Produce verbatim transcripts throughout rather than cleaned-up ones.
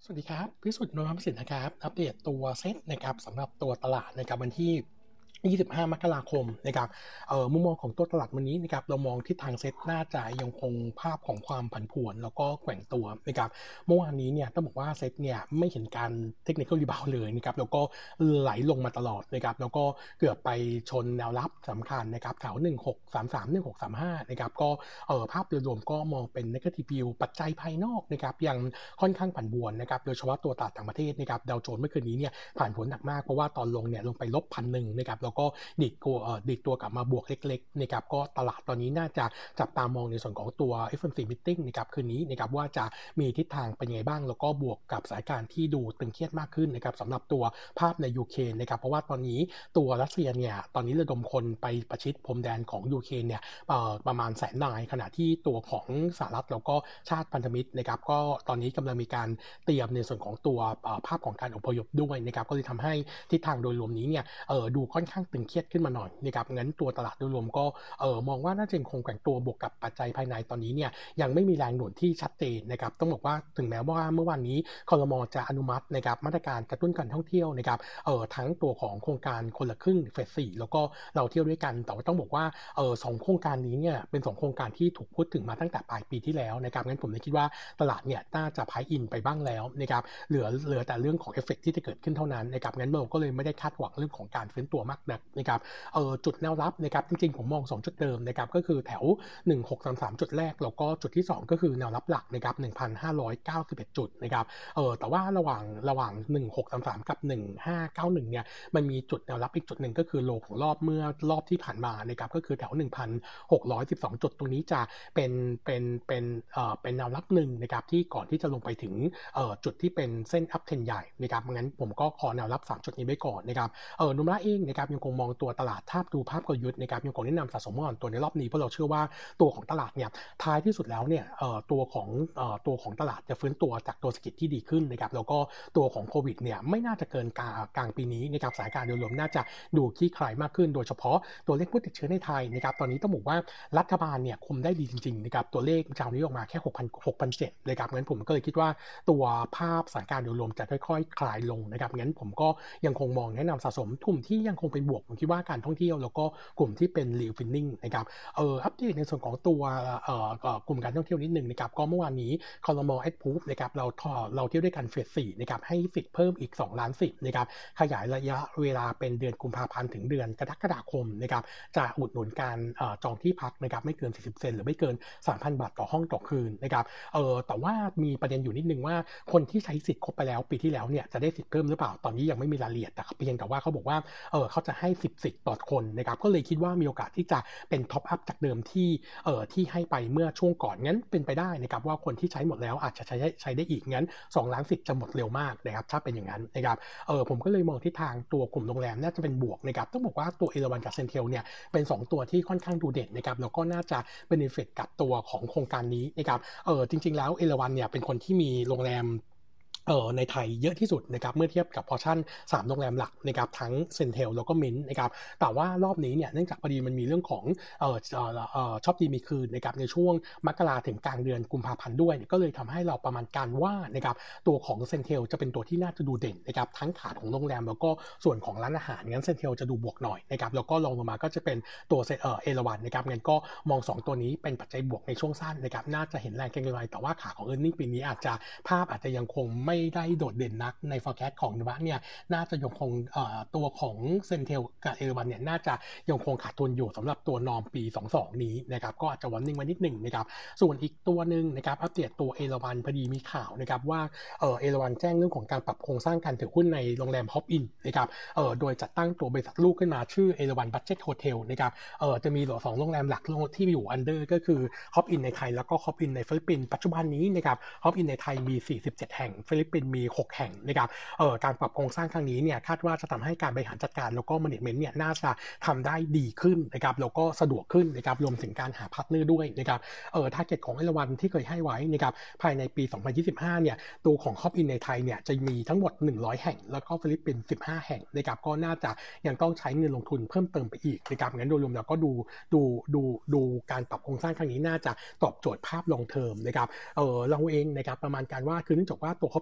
สวัสดีครับพิสุทธิ์นนทประสิทธิ์นะครับอัปเดตตัวเซ็ตนะครับสำหรับตัวตลาดนะครับวันที่ยี่สิบห้ามกราคมนะครับเอ่อมุมมองของตัวตลาดวันนี้นะครับเรามองทิศทางเซ็ตน่าจะยังคงภาพของความผันผวนแล้วก็แกว่งตัวนะครับเมื่อวานนี้เนี่ยต้องบอกว่าเซ็ตเนี่ยไม่เห็นการเทคนิคอลรีบาวด์เลยนะครับแล้วก็ไหลลงมาตลอดนะครับแล้วก็เกือบไปชนแนวรับสำคัญนะครับแถวหนึ่งหกสามสาม หนึ่งหกสามห้านะครับก็เอ่อภาพโดยรวมก็มองเป็น negative view ปัจจัยภายนอกนะครับยังค่อนข้างผันผวนนะครับโดยเฉพาะตัวตลาดต่างประเทศนะครับดาวโจนส์เมื่อคืนนี้เนี่ยผ่านผลหนักมากเพราะว่าตอนลงเนี่ยลงไปลบพันหนึ่งนะครับแล้วก็ดิดตัวเอ่อดิดตัวกลับมาบวกเล็กๆนะครับก็ตลาดตอนนี้น่าจะจับตามองในส่วนของตัว เอฟ โอ เอ็ม ซี Meeting นะครับคืนนี้นะครับว่าจะมีทิศทางเป็นยังไงบ้างแล้วก็บวกกับสถานการณ์ที่ดูตึงเครียดมากขึ้นนะครับสำหรับตัวภาพในยูเครนนะครับเพราะว่าตอนนี้ตัวรัสเซียเนี่ยตอนนี้ระดมคนไปประชิดพรมแดนของยูเครนเนี่ยเอ่อประมาณแสนนายขณะที่ตัวของสหรัฐแล้วก็ชาติพันธมิตรนะครับก็ตอนนี้กำลังมีการเตรียมในส่วนของตัวเอ่อภาพของการอพยพด้วยนะครับก็เลยทำให้ทิศทางโดยรวมนี้เนี่ยเอ่อดูค่อนข้างตึงเครียดขึ้นมาหน่อยนะครับงั้นตัวตลาดโดยรวมก็เอ่อมองว่าน่าจะยังคงแกว่งตัวบวกกับปัจจัยภายในตอนนี้เนี่ยยังไม่มีแรงหนุนที่ชัดเจนนะครับต้องบอกว่าถึงแม้ว่าเมื่อวานนี้ครม.จะอนุมัตินะครับมาตรการกระตุ้นการท่องเที่ยวนะครับเอ่อทั้งตัวของโครงการคนละครึ่งเฟสสี่แล้วก็เราเที่ยวด้วยกันแต่ว่าต้องบอกว่าเอ่อสองโครงการนี้เนี่ยเป็นสองโครงการที่ถูกพูดถึงมาตั้งแต่ปลายปีที่แล้วนะครับงั้นผมเลยคิดว่าตลาดเนี่ยน่าจะไพรซ์อินไปบ้างแล้วนะครับเหลือเหลือแต่เรื่องของเอฟเฟกต์ที่จะเกิดขึ้นเท่านั้นนะครับงั้นเราก็เลยไม่ได้คาดหวังเรื่องของการฟื้นตัวมากนักนะครับเอ่อจุดแนวรับนะครับจริงๆผมมองสองจุดเดิมนะครับก็คือแถวหนึ่งหกสามสามจุดแรกแล้วก็จุดที่สองก็คือแนวรับหลักนะครับหนึ่งพันห้าร้อยเก้าสิบเอ็ดจุดนะครับเอ่อแต่ว่าระหว่างระหว่างหนึ่งหกสามสามกับหนึ่งห้าเก้าหนึ่งเนี่ยมันมีจุดแนวรับอีกจุดหนึ่งก็คือโลของรอบเมื่อรอบที่ผ่านมานะครับก็คือแถวหนึ่งพันหกร้อยสิบสองจุดตรงนี้จะเป็นเป็นเป็นเอ่อเป็นแนวรับหนึ่งนะครับที่ก่อนที่จะลงไปถึงเอ่อจุดที่เป็นเส้นอัพเทรนใหญ่นะครับงั้นผมก็ขอแนวรับสามจุดนี้ไว้ก่อนนะครับเอ่อนุมระเองนะครับยังคงมองตัวตลาดถ้าดูภาพกลยุทธ์นะครับยังคงแนะนำสะสมก่อนตัวในรอบนี้เพราะเราเชื่อว่าตัวของตลาดเนี่ยท้ายที่สุดแล้วเนี่ยเอ่อตัวของเอ่อตัวของตลาดจะฟื้นตัวจากตัวเศรษฐกิจที่ดีขึ้นนะครับแล้วก็ตัวของโควิดเนี่ยไม่น่าจะเกินกลางกลางปีนี้นะครับสถานการณ์โดยรวมน่าจะดูคลี่คลายมากขึ้นโดยเฉพาะตัวเลขผู้ติดเชื้อในไทยนะครับตอนนี้ต้องบอกว่ารัฐบาลเนี่ยคุมได้ดีจริงๆนะครับตัวเลขเช้านี้ออกมาแค่หกพัน หกพันเจ็ดร้อยนะครับงั้นผมก็เลยคิดว่าตัวภาพสถานการณ์โดยรวมจะค่อยๆคลายลงนะครับงั้นผมก็ยังคงมองแนะนำสะสมกลุ่มที่ยังคงเป็นบวกผมคิดว่าการท่องเที่ยวแล้วก็กลุ่มที่เป็น reopening นะครับเอ่ออัปเดตในส่วนของตัวเอ่อเอ่อกลุ่มการท่องเที่ยวนิดหนึ่งนะครับก็เมื่อวานนี้ครม. approve นะครับเราทอเราเที่ยวด้วยกันเฟสสี่นะครับให้สิทธิ์เพิ่มอีกสองล้านสิทธิ์นะครับขยายระยะเวลาเป็นเดือนกุมภาพันธ์ถึงเดือนกรกฎาคมนะครับจะอุดหนุนการเอ่อจองที่พักนะครับไม่เกินสี่สิบเปอร์เซ็นต์หรือไม่เกิน สามพัน บาทต่อห้องต่อคืนนะครับเอ่อแต่ว่ามีประเด็นอยู่นิดนึงว่าคนที่ใช้สิทธิ์ครบไปแล้วปีที่แล้วเนี่ยจะได้สิทธิ์เพิ่มหรือเปล่าตอนนี้ยังไม่มีรายละเอียดแต่เพียงแต่ว่าเขาบอกว่าเออเขาจะให้สิบสิทธิ์ต่อคนนะครับก็เลยคิดว่ามีโอกาสที่จะเป็นท็อปอัพจากเดิมที่เอ่อที่ให้ไปเมื่อช่วงก่อนงั้นเป็นไปได้นะครับว่าคนที่ใช้หมดแล้วอาจจะใช้ใช้ได้อีกงั้นสองล้านสิทธิ์จะหมดเร็วมากนะครับถ้าเป็นอย่างนั้นนะครับเออผมก็เลยมองทิศทางตัวกลุ่มโรงแรมน่าจะเป็นบวกนะครับต้องบอกว่าตัวเอราวันกับเซนเทลเนี่ยเป็นสองตัวที่ค่อนข้างดูเด่นนะครับแล้วก็น่าจะเบเนฟิตกับตัวของโครงการนี้นะครับเออจริงๆแล้วเอราวันเนี่ยเป็นคนที่มีโรงแรมเอ่อในไทยเยอะที่สุดนะครับเมื่อเทียบกับพอร์ชั่นสามโรงแรมหลักนะครับทั้งเซนเทลแล้วก็มินท์นะครับแต่ว่ารอบนี้เนี่ยเนื่องจากพอดีมันมีเรื่องของเอ่อเอ่อเอ่อชอบดีมีคืนนะครับในช่วงมกราถึงกลางเดือนกุมภาพันธ์ด้วยก็เลยทำให้เราประมาณการว่านะครับตัวของเซนเทลจะเป็นตัวที่น่าจะดูเด่นนะครับทั้งขาของโรงแรมแล้วก็ส่วนของร้านอาหารงั้นเซนเทลจะดูบวกหน่อยนะครับแล้วก็ลองลงมาก็จะเป็นตัวเอ่อเอราวันนะครับงั้นก็มองสองตัวนี้เป็นปัจจัยบวกในช่วงสั้นนะครับน่าจะเห็นแรงเก็งกำไรแต่ว่าขาของ earning ปีนี้อาจจะภาพอาจจะยังคงไม่ได้โดดเด่นนักใน forecast ของนุวะเนี่ยน่าจะยังคงเอ่อตัวของเซนเทลกับเอราวันเนี่ยน่าจะยังคงขาดทุนอยู่สำหรับตัวนอมปีสองสิบสองนี้นะครับก็อาจจะวันนิ่งไว้นิดหนึ่งนะครับส่วนอีกตัวหนึ่งนะครับอัปเดตตัวเอราวันพอดีมีข่าวนะครับว่าเออเอราวันแจ้งเรื่องของการปรับโครงสร้างการถือหุ้นในโรงแรมฮอปอินนะครับเออโดยจัดตั้งตัวบริษัทลูกขึ้นมาชื่อเอราวันบัดเจ็ตโฮเทลนะครับเออจะมีสองโรงแรมหลักที่อยู่อันเดอร์ก็คือฮอปอินในไทยแล้วก็ฮอปอินในฟิลิปปินส์ปัจจุบันนี้นะครับฮอปอินในไทยมีสี่สิบเจ็ดแห่งฟิลิปปินส์มีหกแห่งนะครับเอ่อการปรับโครงสร้างครั้งนี้เนี่ยคาดว่าจะทำให้การบริหารจัดการแล้วก็ management เนี่ยน่าจะทำได้ดีขึ้นนะครับแล้วก็สะดวกขึ้นนะครับรวมถึงการหาพาร์ทเนอร์ด้วยนะครับเอ่อ target ของเอราวันที่เคยให้ไว้นะครับภายในปีสองพันยี่สิบห้าเนี่ยตัวของฮอปอินในไทยเนี่ยจะมีทั้งหมดหนึ่งร้อยแห่งแล้วก็ฟิลิปปินส์สิบห้าแห่งนะครับก็น่าจะยังต้องใช้เงินลงทุนเพิ่มเติมไปอีกนะครับงั้นโดยรวมเราก็ดูดูดูดูการปรับโครงสร้างครั้งนี้น่าจะตอบโจทย์ภาพ long term นะครับเออเราเองนะครับประมาณการว่าคือเนื่องจากว่าตัวฮอป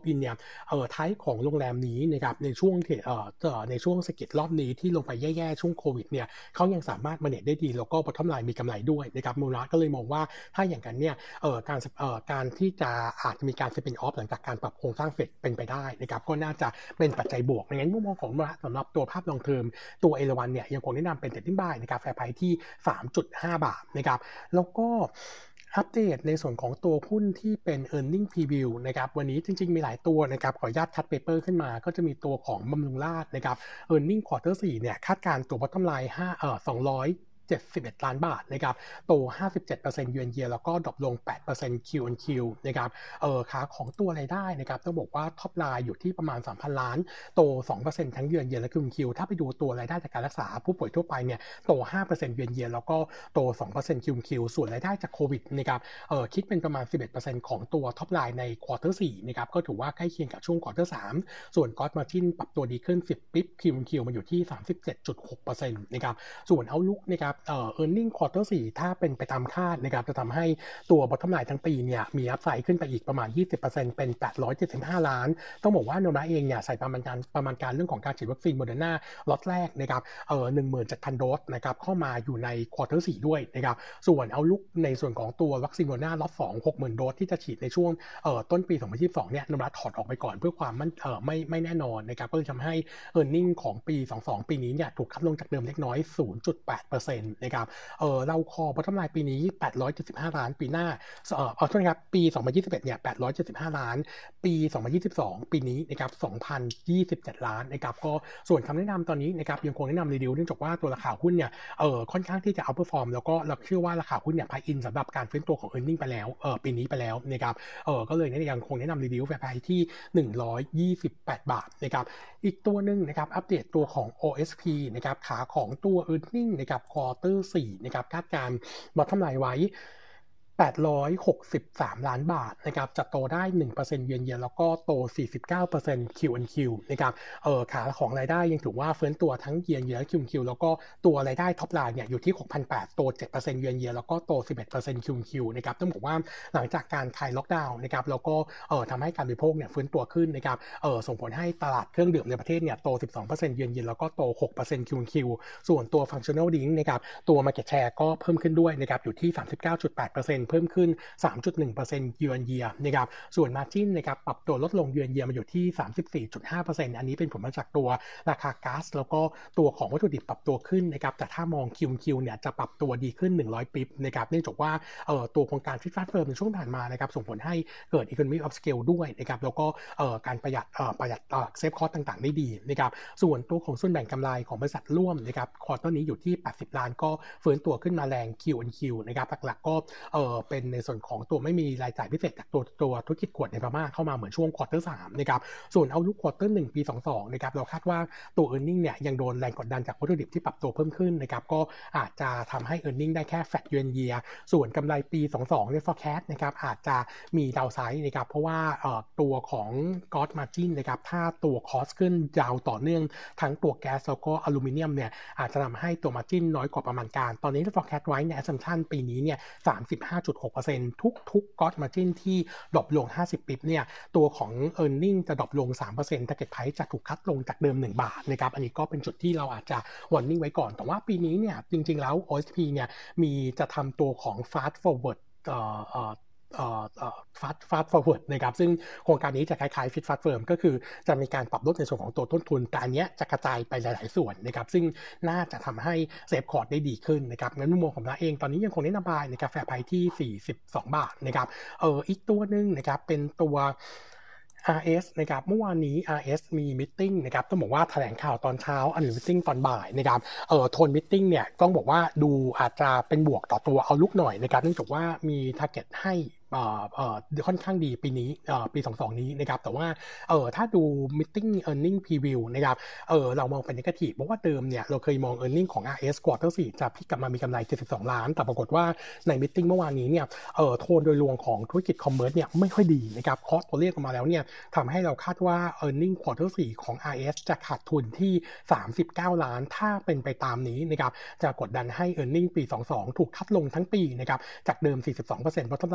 อินเนี่ยเอ่อท้ายของโรงแรมนี้นะครับในช่วงที่เอ่อเอ่อในช่วงเศรษฐกิจรอบนี้ที่ลงไปแย่ๆช่วงโควิดเนี่ยเขายังสามารถ manage ได้ดีแล้วก็ bottom line มีกำไรด้วยนะครับมูลค่าก็เลยมองว่าถ้าอย่างนั้นเนี่ยเอ่อการเอ่อการที่จะอาจจะมีการ spin off หลังจากการปรับโครงสร้างเสร็จเป็นไปได้นะครับก็น่าจะเป็นปัจจัยบวกในมุมมองของมูลค่าสำหรับตัวภาพ long term ตัวเอราวัณเนี่ยยังคงแนะนำเป็น trading buy นะครับ fair price ที่ สามจุดห้า บาทนะครับแล้วก็อัปเดตในส่วนของตัวหุ้นที่เป็น earning preview นะครับวันนี้จริงๆมีหลายตัวนะครับขออนุญาตคัด paper ขึ้นมาก็จะมีตัวของบำรุงราษฎร์นะครับ earning quarter สี่เนี่ยคาดการณ์ตัว bottom line ห้าเอ่อสองร้อยเจ็ดสิบเอ็ดล้านบาทนะครับโต ห้าสิบเจ็ดเปอร์เซ็นต์ year on year แล้วก็ดรอปลง แปดเปอร์เซ็นต์ Q on Q นะครับเอ่อขาของตัวรายได้นะครับต้องบอกว่าท็อปไลน์อยู่ที่ประมาณ สามพัน ล้านโต สองเปอร์เซ็นต์ ทั้ง year on year และ Q on Q ถ้าไปดูตัวรายได้จากการรักษาผู้ป่วยทั่วไปเนี่ยโต ห้าเปอร์เซ็นต์ year on year แล้วก็โต สองเปอร์เซ็นต์ Q on Q ส่วนรายได้จากโควิดนะครับเอ่อคิดเป็นประมาณ สิบเอ็ดเปอร์เซ็นต์ ของตัวท็อปไลน์ใน quarter สี่นะครับก็ถือว่าใกล้เคียงกับช่วง quarter สามส่วน gross margin ปรับตัวดีขึ้นสิบปิ๊บ Q on Q มาอยู่ที่ สามสิบเจ็ดจุดหกเปอร์เซ็นต์ นะครับส่วน outlook นะครับเอ่อ earningควอเตอร์ สี่ถ้าเป็นไปตามคาดนะครับจะทำให้ตัว bottom line ทั้งปีเนี่ยมีอัพไซด์ขึ้นไปอีกประมาณ ยี่สิบเปอร์เซ็นต์ เป็นแปดร้อยเจ็ดสิบห้าล้านต้องบอกว่าโนราเองเนี่ยใส่ประมาณการประมาณการเรื่องของการฉีดวัคซีนโมเดอร์นาล็อตแรกนะครับเอ่อ หนึ่งหมื่นเจ็ดพัน โดสนะครับเข้ามาอยู่ในควอเตอร์ สี่ด้วยนะครับส่วนเอาลุกในส่วนของตัววัคซีนโมเดอร์นาล็อตสอง หกหมื่น โดสที่จะฉีดในช่วงเอ่อต้นปีสองพันยี่สิบสองเนี่ยโนราถอดออกไปก่อนเพื่อความมั่นเอ่อไม่ไม่แน่นอนนะครับก็เลยทำให้ earning ของปีสองสิบสองปีนี้เนี่ยถูกคัดลงจากเดิมเล็กน้อย ศูนย์จุดแปดเปอร์เซ็นต์ นะครับเอ่อเราคอ bottom line ปีนี้แปดร้อยเจ็ดสิบห้าล้านปีหน้าเอ่อเอาโทษนะครับปีสองพันยี่สิบเอ็ดเนี่ยแปดร้อยเจ็ดสิบห้าล้านปีสองพันยี่สิบสองปีนี้นะครับสองพันยี่สิบเจ็ดล้านนะครับก็ส่วนคำแนะนำตอนนี้นะครับยังคงแนะนำรีดิวเนื่องจากว่าตัวราคาหุ้นเนี่ยเอ่อค่อนข้างที่จะ outperform แล้วก็เราเชื่อว่าราคาหุ้นเนี่ย price in สำหรับการฟื้นตัวของ earning ไปแล้วเอ่อปีนี้ไปแล้วนะครับเอ่อก็เลยยังคงแนะนำรีดิวแฟร์ไพรซ์ที่หนึ่งร้อยยี่สิบแปดบาทนะครับอีกตัวนึงนะครับอัปเดตตัวของ โอ เอส พี นะครับขาของตัว earning นะครับ quarter สี่นะครับคาดการณ์ bottom line ไว้แปดร้อยหกสิบสามล้านบาทนะครับจะโตได้ หนึ่งเปอร์เซ็นต์ เยือนเยียแล้วก็โต สี่สิบเก้าเปอร์เซ็นต์ Q on Q นะครับเอ่อขาของรายได้ยังถือว่าฟื้นตัวทั้งเยือนเยียและ Q on Q แล้วก็ตัวรายได้ท็อปไลน์เนี่ยอยู่ที่ หกพันแปดร้อย โต เจ็ดเปอร์เซ็นต์ เยือนเยียแล้วก็โต สิบเอ็ดเปอร์เซ็นต์ Q on Q นะครับต้องบอกว่าหลังจากการคลายล็อกดาวน์นะครับแล้วก็เอ่อทำให้การบริโภคเนี่ยฟื้นตัวขึ้นนะครับเอ่อส่งผลให้ตลาดเครื่องดื่มในประเทศเนี่ยโต สิบสองเปอร์เซ็นต์ เยือนเยียแล้วก็โต หกเปอร์เซ็นต์ Q on Q ส่วนตัว functional drink นะครับตัว market share ก็เพิ่มขึ้นด้วยนะครับอยู่ที่ สามสิบเก้าจุดแปดเปอร์เซ็นต์ เพิ่มขึ้นสามจุดหนึ่งเปอร์เซ็นต์ year on year นะครับส่วน margin นะครับปรับตัวลดลง year on year มาอยู่ที่ สามสิบสี่จุดห้าเปอร์เซ็นต์ อันนี้เป็นผลมาจากตัวราคาก๊าซแล้วก็ตัวของวัตถุดิบปรับตัวขึ้นนะครับแต่ถ้ามอง Q on Q เนี่ยจะปรับตัวดีขึ้นหนึ่งร้อยปิ๊บนะครับเนื่องจากว่าเอ่อตัวโครงการ Fit Fast Firm ในช่วงผ่านมานะครับส่งผลให้เกิด economy of scale ด้วยนะครับแล้วก็เอ่อการประหยัดเอ่อประหยัดเอ่อเซฟคอสต่างๆได้ดีนะครับส่วนตัวของส่วนแบ่งกำไรของบริษัทร่วมนะครับควอเตอร์นี้อยู่ที่แปดสิบล้านก็ฟื้นตัวขึ้นมาแรง Q on Q นะครับหลักๆก็เอ่อเป็นในส่วนของตัวไม่มีรายจ่ายพิเศษจากตัวตัวธุรกิจขวดในพม่าเข้ามาเหมือนช่วงควอเตอร์สามนะครับส่วนเอาลุกควอเตอร์หนึ่งปีสองสิบสองนะครับเราคาดว่าตัว earning เนี่ยยังโดนแรงกดดันจากวัตถุดิบที่ปรับตัวเพิ่มขึ้นนะครับก็อาจจะทำให้ earning ได้แค่ flat year on year ส่วนกำไรปีสองสิบสองใน forecast นะครับอาจจะมี downside นะครับเพราะว่าเอ่อตัวของ gross margin นะครับถ้าตัว cost ขึ้นยาวต่อเนื่องทั้งตัวแก๊สแล้วก็อลูมิเนียมเนี่ยอาจจะทำให้ตัว margin น้อยกว่าประมาณการตอนนี้ forecast ไว้ใน assumption ปีนี้เนี่ย สามสิบห้าจุดหกเปอร์เซ็นต์ ทุกๆ gross margin ที่ดรอปลงห้าสิบปิ๊บเนี่ยตัวของ earning จะดรอปลง สามเปอร์เซ็นต์ target price จะถูกคัดลงจากเดิมหนึ่งบาทนะครับอันนี้ก็เป็นจุดที่เราอาจจะ warning ไว้ก่อนแต่ว่าปีนี้เนี่ยจริงๆแล้ว โอ เอส พี เนี่ยมีจะทำตัวของ fast forward เอ่อเอ่อเอ่อเอ่อ fast fast forward นะครับซึ่งโครงการนี้จะคล้ายๆ Fit Fast Firm ก็คือจะมีการปรับลดในส่วนของตัวต้นทุนแต่อันเนี้ยจะกระจายไปหลายๆส่วนนะครับซึ่งน่าจะทำให้เซฟคอร์ดได้ดีขึ้นนะครับงั้นมุมมองของเราเองตอนนี้ยังคงแนะนำบายในกาแฟไพที่สี่สิบสองบาทนะครับเอ่ออีกตัวนึงนะครับเป็นตัว อาร์ เอส นะครับเมื่อวานนี้ อาร์ เอส มีมิทติ้งนะครับต้องบอกว่าแถลงข่าวตอนเช้าอันนี้มิทติ้งตอนบ่ายนะครับเอ่อโทนมิทติ้งเนี่ยต้องบอกว่าดูอาจจะเป็นบวกต่อตัวเอาลุกหน่อยนะครับเนื่องจากว่ามีทาร์เก็ตให้เอ่อเอ่อค่อนข้างดีปีนี้เอ่อปีสองสิบสองนี้นะครับแต่ว่าเอ่อถ้าดู meeting earning preview นะครับเอ่อเรามองเป็น negative เพราะว่าเดิมเนี่ยเราเคยมอง earning ของ อาร์ เอส quarter สี่จะพลิกกลับมามีกำไรเจ็ดสิบสองล้านแต่ปรากฏว่าใน meeting เมื่อวานนี้เนี่ยเอ่อโทนโดยรวมของธุรกิจ commerce เนี่ยไม่ค่อยดีนะครับเคาะตัวเลขออกมาแล้วเนี่ยทำให้เราคาดว่า earning quarter สี่ของ อาร์ เอส จะขาดทุนที่สามสิบเก้าล้านถ้าเป็นไปตามนี้นะครับจะกดดันให้ earning ปีสองสิบสองถูกคัดลงทั้งปีนะครับจากเดิม สี่สิบสองเปอร์เซ็นต์ bottom line จะอยู่ที่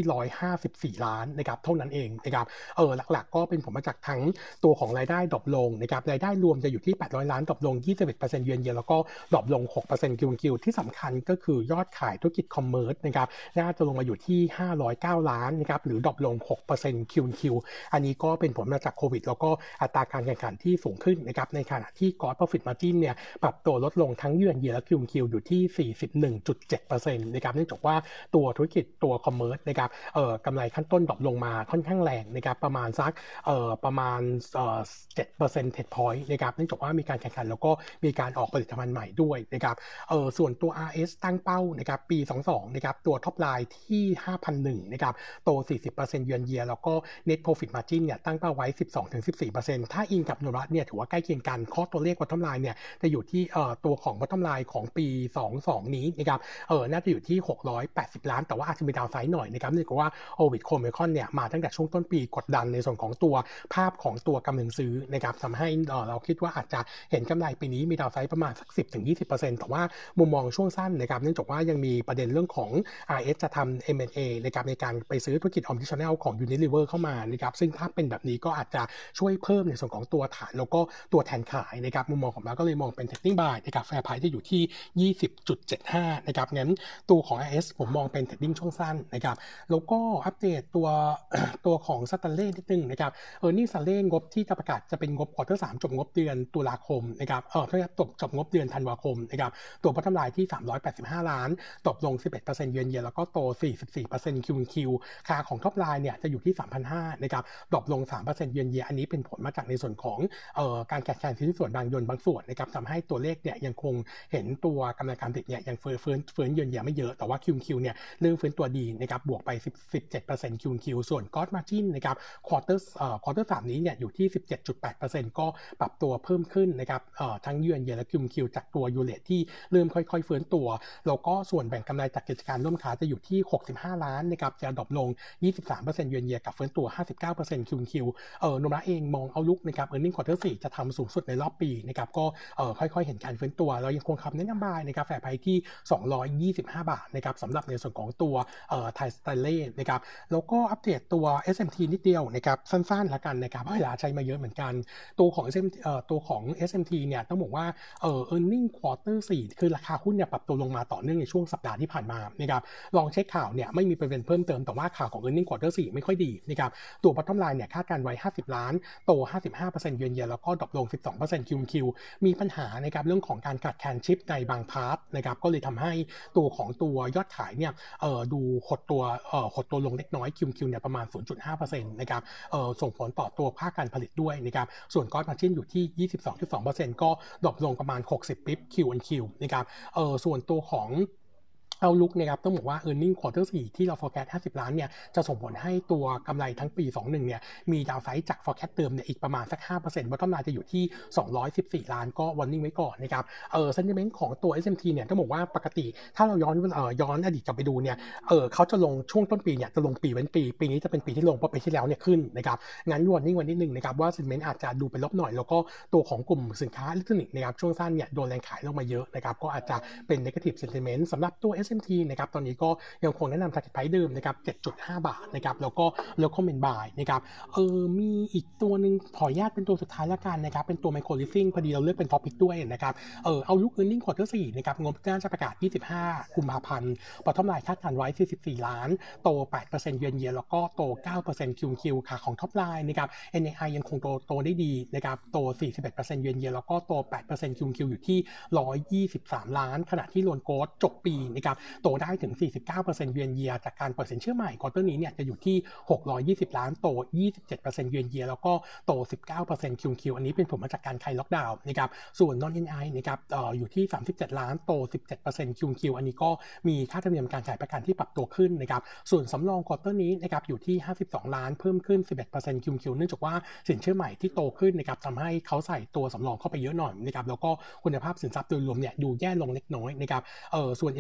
หนึ่งร้อยห้าสิบสี่ล้านนะครับเท่านั้นเองนะครับเออหลักๆก็เป็นผลมาจากทั้งตัวของรายได้ดรอปลงนะครับรายได้รวมจะอยู่ที่แปดร้อยล้านดรอปลง ยี่สิบเอ็ดเปอร์เซ็นต์ เยือนเยียแล้วก็ดรอปลง หกเปอร์เซ็นต์ คิว คิว ที่สำคัญก็คือยอดขายธุรกิจคอมเมอร์สนะครับน่าจะลงมาอยู่ที่ห้าร้อยเก้าล้านนะครับหรือดรอปลง หกเปอร์เซ็นต์ คิว คิว อันนี้ก็เป็นผลมาจากโควิดแล้วก็อัตราการแข่งขันที่สูงขึ้นนะครับในขณะที่ Gross Profit Margin เนี่ยปรับตัวลดลงทั้งเยือนเยียและ คิว คิว อยู่ที่ สี่สิบเอ็ดจุดเจ็ดเปอร์เซ็นต์ นะครับเนื่องจากว่าตัวธุรกิจตัวคอมเมอร์สนะครับเอ่อกำไรขั้นต้นดรอปลงมาค่อนข้างแรงนะครับประมาณสักเอ่อประมาณเอ่อเจ็ด percentage point นะครับเนื่องจากว่ามีการแข่งขันแล้วก็มีการออกผลิตภัณฑ์ใหม่ด้วยนะครับเอ่อส่วนตัว อาร์ เอส ตั้งเป้านะครับปียี่สิบสองนะครับตัวท็อปไลน์ที่ ห้าพันหนึ่ง นะครับโต สี่สิบเปอร์เซ็นต์ เยือนเยียแล้วก็ Net Profit Margin เนี่ยตั้งเป้าไว้ สิบสองถึงสิบสี่เปอร์เซ็นต์ ถ้าอิงกับโนรัสเนี่ยถือว่าใกล้เคียงกันข้อตัวเลข bottom line เนี่ยจะอยู่ที่เอ่อตัวของ bottom line ของปียี่สิบสองนี้นะครับเอ่อน่าจะอยู่ที่หกร้อยแปดสิบล้านแต่ว่าอาจจะมีดาวไซด์หน่อยนะครับเนื่องจากว่าโอวิดโคมิคอนเนี่ยมาตั้งแต่ช่วงต้นปีกดดันในส่วนของตัวภาพของตัวกำลังซื้อนะครับทำให้เอ่อเราคิดว่าอาจจะเห็นกำไรปีนี้มีดาวไซด์ประมาณสัก สิบถึงยี่สิบเปอร์เซ็นต์ แต่ว่ามุมมองช่วงสั้นนะครับเนื่องจากว่ายังมีประเด็นเรื่องของ อาร์ เอส จะทำ เอ็ม แอนด์ เอ นะครับในการไปซื้อธุรกิจ Omnichannel ของ Unilever เข้ามานะครับซึ่งถ้าเป็นแบบนี้ก็อาจจะช่วยเพิ่มในส่วนของตัวฐานแล้วก็ตัวแทนขายนะครับมุมมองของเราก็เลยมองเป็น Trading Buy นะครับ Fair Price จะอยู่ที่ ยี่สิบจุดเจ็ดห้า นะครับงั้นตัวของ อาร์ เอส ผมมองเป็น Trading ช่วงสั้นนะครับแล้วก็อัปเดตตัว ตัวของ Stanley นิดนึงนะครับ Earning Stanley งบที่จะประกาศจะเป็นงบ Quarter สามจบงบเดือนตุลาคมนะครับเออใช่ครับจบจบงบเดือนธันวาคมนะครับตัว Bottom Line ที่สามร้อยแปดสิบห้าล้านตกลง สิบเอ็ดเปอร์เซ็นต์ เยือนเยียแล้วก็โต สี่สิบสี่เปอร์เซ็นต์ คิว คิว ค่าของ Top Line เนี่ยจะอยู่ที่ สามพันห้าร้อย นะครับดรอปลง สามเปอร์เซ็นต์ เยือนเยียอันนี้เป็นผลมาจากในส่วนของเอ่อการแข่งขันที่ส่วนบางยนต์บางส่วนนะครับทำให้ตัวเลขเนี่ยยังคงเห็นตัวกำไรการผลิตเนี่ยยังเฟ้อเฟื้นเฟื้นเยือนเยียไม่เยอะแต่ว่า คิว คิว เนี่ยเริ่มฟื้นตัวดีนะครับบวกไปสิบเจ็ดเปอร์เซ็นต์ คิว คิว ส่วน Gross Margin นะครับ Quarter เอ่อ Quarter สามนี้เนี่ยอยู่ที่ สิบเจ็ดจุดแปดเปอร์เซ็นต์ ก็ปรับตัวเพิ่มขึ้นนะครับเอ่อทั้งเยือนเยียและ คิว คิว จากตัวยูเลทที่เริ่มค่อยๆฟื้นตัวแล้วก็ส่วนแบ่งกำไรจากกิจการร่วมค้าจะอยู่ที่หกสิบห้าล้านนะครับจะดรอปลง ยี่สิบสามเปอร์เซ็นต์ เยือนเยียกับฟื้นตัว ห้าสิบเก้าเปอร์เซ็นต์ คิว คิว เอ่อโนมระเองมองเอาลุกนะครับ Earning Quarter สี่จะทำสูงสุดในรอบปีนะครับก็เอ่อค่อยๆเห็นการฟื้นตัวเรายังคงคำแนะนำบายนะครับแฟร์ไพรซ์ที่สองร้อยยี่สิบห้าบาทนะครับสำหรับในส่วนของตัวเอ่อไทยสไตเล่นะครับแล้วก็อัปเดตตัว เอส เอ็ม ที นิดเดียวนะครับสั้นๆละกันนะครับเพราะเวลาใช้มาเยอะเหมือนกันตัวของ เอส เอ็ม ที เอ่อตัวของ เอส เอ็ม ที เนี่ยต้องบอกว่าเอ่อ Earning Quarter สี่คือราคาหุ้นเนี่ยปรับตัวลงมาต่อเนื่องในช่วงสัปดาห์ที่ผ่านมานะครับลองเช็คข่าวเนี่ยไม่มีประเด็นเพิ่มเติมแต่ว่าข่าวของ Earning Quarter สี่ไม่ค่อยดีนะครับตัว Bottom Line เนี่ยคาดการไว้ห้าสิบล้านโต ห้าสิบห้าเปอร์เซ็นต์ เยือนเยียแล้วก็ดรอปลง สิบสองเปอร์เซ็นต์ คิว คิว มีปัญหานะครับเรื่องของการขาดแคลนชิปในบางพาร์ทนะครับก็เลยทำให้ตัวของตัวยอดขายเนี่ยเอ่อดูหดตัวเอ่อหดตัวลงเล็กน้อย คิว คิว เนี่ยประมาณ ศูนย์จุดห้าเปอร์เซ็นต์ นะครับเอ่อส่งผลต่อตัวภาคการผลิตด้วยนะครับส่วน Gross Margin อยู่ที่ ยี่สิบสองจุดสองเปอร์เซ็นต์ ก็ดรอปลงประมาณหกสิบ ปิ๊บ Q on Q นะครับเอ่อส่วนตัวของเอาลุกนะครับต้องบอกว่า Earning Quarter สี่ที่เรา forecast ห้าสิบล้านเนี่ยจะส่งผลให้ตัวกำไรทั้งปียี่สิบเอ็ดเนี่ยมีดาวไซด์จาก forecast เดิมเนี่ยอีกประมาณสัก ห้าเปอร์เซ็นต์ Bottom Line จะอยู่ที่สองร้อยสิบสี่ล้านก็ warning ไว้ก่อนนะครับเอ่อ sentiment ของตัว เอส เอ็ม ที เนี่ยต้องบอกว่าปกติถ้าเราย้อนเอ่อย้อนอดีตกลับไปดูเนี่ยเอ่อเขาจะลงช่วงต้นปีเนี่ยจะลงปีเว้นปีปีนี้จะเป็นปีที่ลงเพราะปีที่แล้วเนี่ยขึ้นนะครับงั้น warning ไว้นิดนึงนะครับว่า sentiment อาจจะดูเป็นลบหน่อยแล้วก็ตัวของกลุ่มสินค้าอิเล็กทรอนิกส์นะครับช่วงสั้นเนี่ยโดนแรงขายลงมาเยอะนะครับก็อาจจะเป็น negative sentiment สำหรับตัว เอส เอ็ม ที นะครับตอนนี้ก็ยังคงแนะนำ target price เดิมนะครับ เจ็ดจุดห้า บาทนะครับแล้วก็ recommend buy นะครับเออมีอีกตัวนึงขออนุญาตเป็นตัวสุดท้ายละกันนะครับเป็นตัว micro leasing พอดีเราเลือกเป็น topic ด้วยนะครับเออเอาลุก earning quarter สี่นะครับงบน่าจะประกาศยี่สิบห้ากุมภาพันธ์ bottom line คาดการไว้สี่สิบสี่ล้านโต แปดเปอร์เซ็นต์ เยือนเยียแล้วก็โต เก้าเปอร์เซ็นต์ คิว คิว ค่ะของ top line นะครับ เอ็น เอ ไอ ยังคงโตโตได้ดีนะครับโต สี่สิบเอ็ดเปอร์เซ็นต์ เยือนเยียแล้วก็โต แปดเปอร์เซ็นต์ คิว คิว อยู่ที่หนึ่งร้อยยี่สิบสามล้านขณะที่โลนโกสจบปีนะครับโตได้ถึง สี่สิบเก้าเปอร์เซ็นต์ เยือนเยียจากการเปิดสินเชื่อใหม่ควอเตอร์นี้เนี่ยจะอยู่ที่หกร้อยยี่สิบล้านโต ยี่สิบเจ็ดเปอร์เซ็นต์ เยือนเยียแล้วก็โต สิบเก้าเปอร์เซ็นต์ คิว คิว อันนี้เป็นผลมาจากการคลายล็อกดาวน์นะครับส่วน non เอ็น ไอ นะครับเอ่ออยู่ที่สามสิบเจ็ดล้านโต สิบเจ็ดเปอร์เซ็นต์ คิว คิว อันนี้ก็มีค่าธรรมเนียมการจ่ายประกันที่ปรับตัวขึ้นนะครับส่วนสำรองควอเตอร์นี้นะครับอยู่ที่ห้าสิบสองล้านเพิ่มขึ้น สิบเอ็ดเปอร์เซ็นต์ คิว คิว เนื่องจากว่าสินเชื่อใหม่ที่โตขึ้นนะครับทำให้เขาใส่ตัวสำรองเข้าไปเยอะหน่อยนะครับแล้วก็คุณภาพสินทรัพย์โดยรวมเนี่ยดูแย่ลงเล็กน้อยนะครับเอ่อส่วน เอ็น พี แอล ratio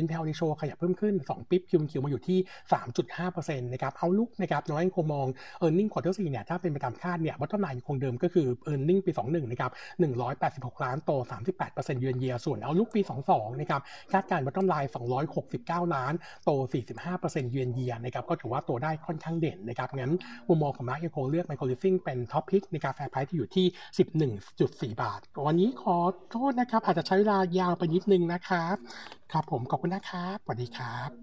ratio ขยับเพิ่มขึ้นสองปิ๊บ Q on Q มาอยู่ที่ สามจุดห้าเปอร์เซ็นต์ นะครับ outlook นะครับเรายังคงมอง earning quarter สี่เนี่ยถ้าเป็นไปตามคาดเนี่ย bottom line ยังคงเดิมก็คือ earning ปี สองพันยี่สิบเอ็ด นะครับหนึ่งร้อยแปดสิบหกล้านโต สามสิบแปดเปอร์เซ็นต์ year on year ส่วน outlook ปี สองพันยี่สิบสอง นะครับคาดการณ์ bottom line สองร้อยหกสิบเก้าล้านโต สี่สิบห้าเปอร์เซ็นต์ year on year นะครับก็ถือว่าโตได้ค่อนข้างเด่นนะครับงั้นมุมมองของ Mark ยังคงเลือก Micro Leasing เป็น top pick ในการ fair price ที่อยู่ที่ สิบเอ็ดจุดสี่ บาทวันนี้ขอโทษนะครับอาจจะใช้เวลายาวไปนิดนึงนะครับครับผมขอบคุณนะครับสวัสดีครับ